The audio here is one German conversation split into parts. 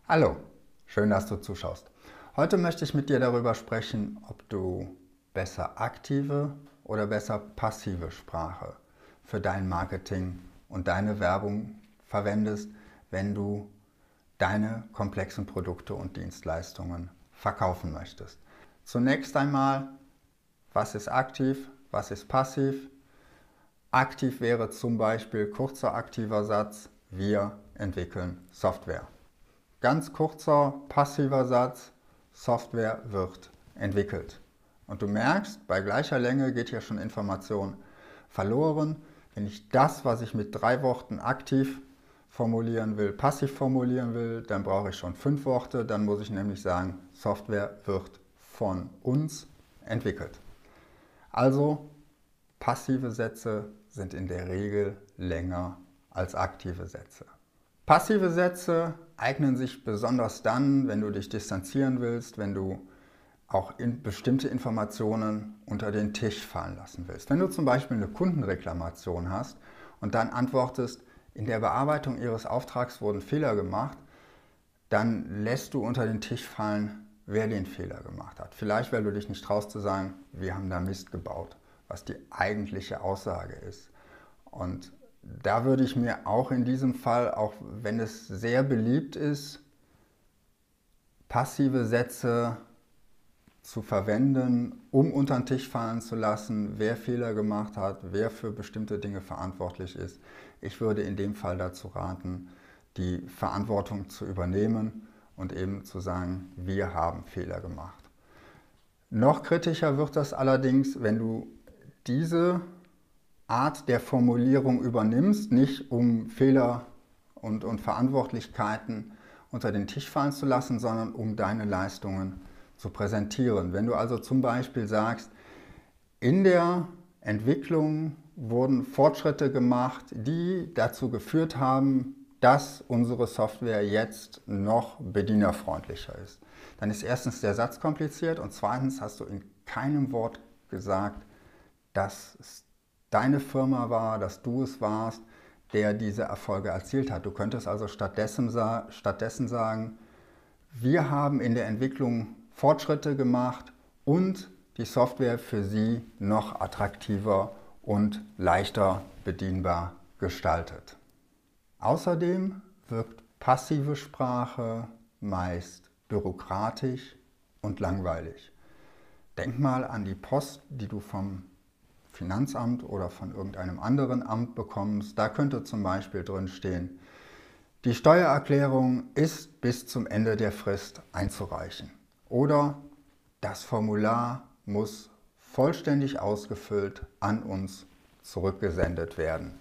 Hallo, schön, dass du zuschaust. Heute möchte ich mit dir darüber sprechen, ob du besser aktive oder besser passive Sprache für dein Marketing und deine Werbung verwendest, wenn du deine komplexen Produkte und Dienstleistungen verkaufen möchtest. Zunächst einmal, was ist aktiv, was ist passiv? Aktiv wäre zum Beispiel kurzer aktiver Satz: Wir entwickeln Software. Ganz kurzer passiver Satz: Software wird entwickelt. Und du merkst, bei gleicher Länge geht hier schon Information verloren. Wenn ich das, was ich mit 3 Worten aktiv formulieren will, passiv formulieren will, dann brauche ich schon 5 Worte. Dann muss ich nämlich sagen, Software wird von uns entwickelt. Also passive Sätze sind in der Regel länger als aktive Sätze. Passive Sätze eignen sich besonders dann, wenn du dich distanzieren willst, wenn du auch bestimmte Informationen unter den Tisch fallen lassen willst. Wenn du zum Beispiel eine Kundenreklamation hast und dann antwortest, in der Bearbeitung Ihres Auftrags wurden Fehler gemacht, dann lässt du unter den Tisch fallen, wer den Fehler gemacht hat. Vielleicht, weil du dich nicht traust zu sagen, wir haben da Mist gebaut, was die eigentliche Aussage ist. Und da würde ich mir auch in diesem Fall, auch wenn es sehr beliebt ist, passive Sätze zu verwenden, um unter den Tisch fallen zu lassen, wer Fehler gemacht hat, wer für bestimmte Dinge verantwortlich ist. Ich würde in dem Fall dazu raten, die Verantwortung zu übernehmen und eben zu sagen, wir haben Fehler gemacht. Noch kritischer wird das allerdings, wenn du diese Art der Formulierung übernimmst, nicht um Fehler und Verantwortlichkeiten unter den Tisch fallen zu lassen, sondern um deine Leistungen zu präsentieren. Wenn du also zum Beispiel sagst, in der Entwicklung wurden Fortschritte gemacht, die dazu geführt haben, dass unsere Software jetzt noch bedienerfreundlicher ist, dann ist erstens der Satz kompliziert und zweitens hast du in keinem Wort gesagt, dass es deine Firma war, dass du es warst, der diese Erfolge erzielt hat. Du könntest also stattdessen sagen, wir haben in der Entwicklung Fortschritte gemacht und die Software für Sie noch attraktiver und leichter bedienbar gestaltet. Außerdem wirkt passive Sprache meist bürokratisch und langweilig. Denk mal an die Post, die du vom Finanzamt oder von irgendeinem anderen Amt bekommst. Da könnte zum Beispiel drin stehen, die Steuererklärung ist bis zum Ende der Frist einzureichen. Oder das Formular muss vollständig ausgefüllt an uns zurückgesendet werden.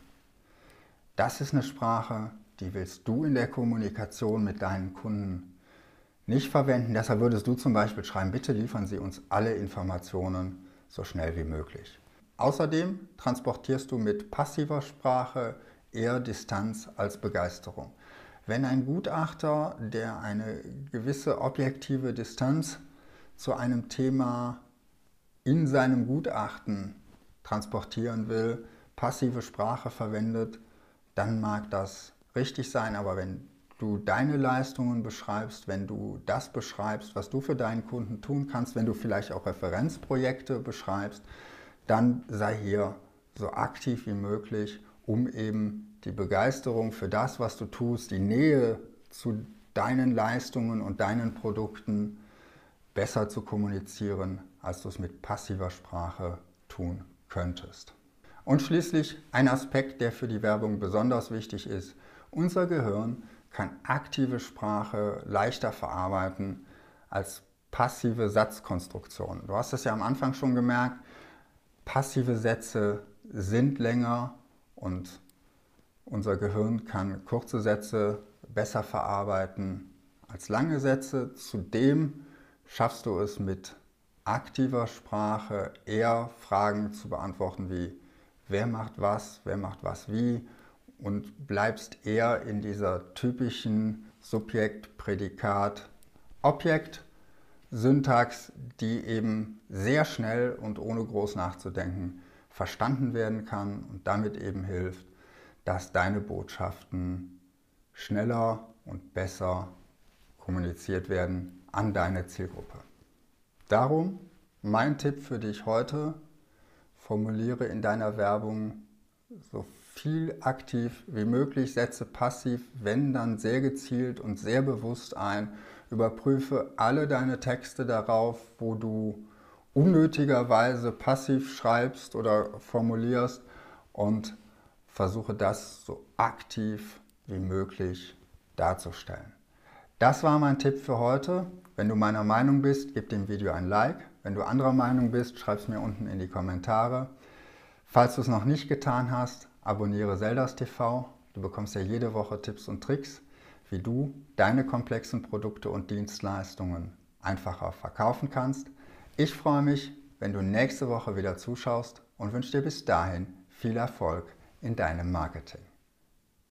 Das ist eine Sprache, die willst du in der Kommunikation mit deinen Kunden nicht verwenden. Deshalb würdest du zum Beispiel schreiben, bitte liefern Sie uns alle Informationen so schnell wie möglich. Außerdem transportierst du mit passiver Sprache eher Distanz als Begeisterung. Wenn ein Gutachter, der eine gewisse objektive Distanz zu einem Thema in seinem Gutachten transportieren will, passive Sprache verwendet, dann mag das richtig sein, aber wenn du deine Leistungen beschreibst, wenn du das beschreibst, was du für deinen Kunden tun kannst, wenn du vielleicht auch Referenzprojekte beschreibst, dann sei hier so aktiv wie möglich, um eben die Begeisterung für das, was du tust, die Nähe zu deinen Leistungen und deinen Produkten besser zu kommunizieren, als du es mit passiver Sprache tun könntest. Und schließlich ein Aspekt, der für die Werbung besonders wichtig ist. Unser Gehirn kann aktive Sprache leichter verarbeiten als passive Satzkonstruktionen. Du hast es ja am Anfang schon gemerkt, passive Sätze sind länger und unser Gehirn kann kurze Sätze besser verarbeiten als lange Sätze. Zudem schaffst du es mit aktiver Sprache eher Fragen zu beantworten wie wer macht was wie und bleibst eher in dieser typischen Subjekt, Prädikat, Objekt Syntax, die eben sehr schnell und ohne groß nachzudenken verstanden werden kann und damit eben hilft, dass deine Botschaften schneller und besser kommuniziert werden an deine Zielgruppe. Darum mein Tipp für dich heute: Formuliere in deiner Werbung so viel aktiv wie möglich, setze passiv, wenn dann sehr gezielt und sehr bewusst ein. Überprüfe alle deine Texte darauf, wo du unnötigerweise passiv schreibst oder formulierst, und versuche das so aktiv wie möglich darzustellen. Das war mein Tipp für heute. Wenn du meiner Meinung bist, gib dem Video ein Like. Wenn du anderer Meinung bist, schreib es mir unten in die Kommentare. Falls du es noch nicht getan hast, abonniere Seldas TV. Du bekommst ja jede Woche Tipps und Tricks, wie du deine komplexen Produkte und Dienstleistungen einfacher verkaufen kannst. Ich freue mich, wenn du nächste Woche wieder zuschaust und wünsche dir bis dahin viel Erfolg in deinem Marketing.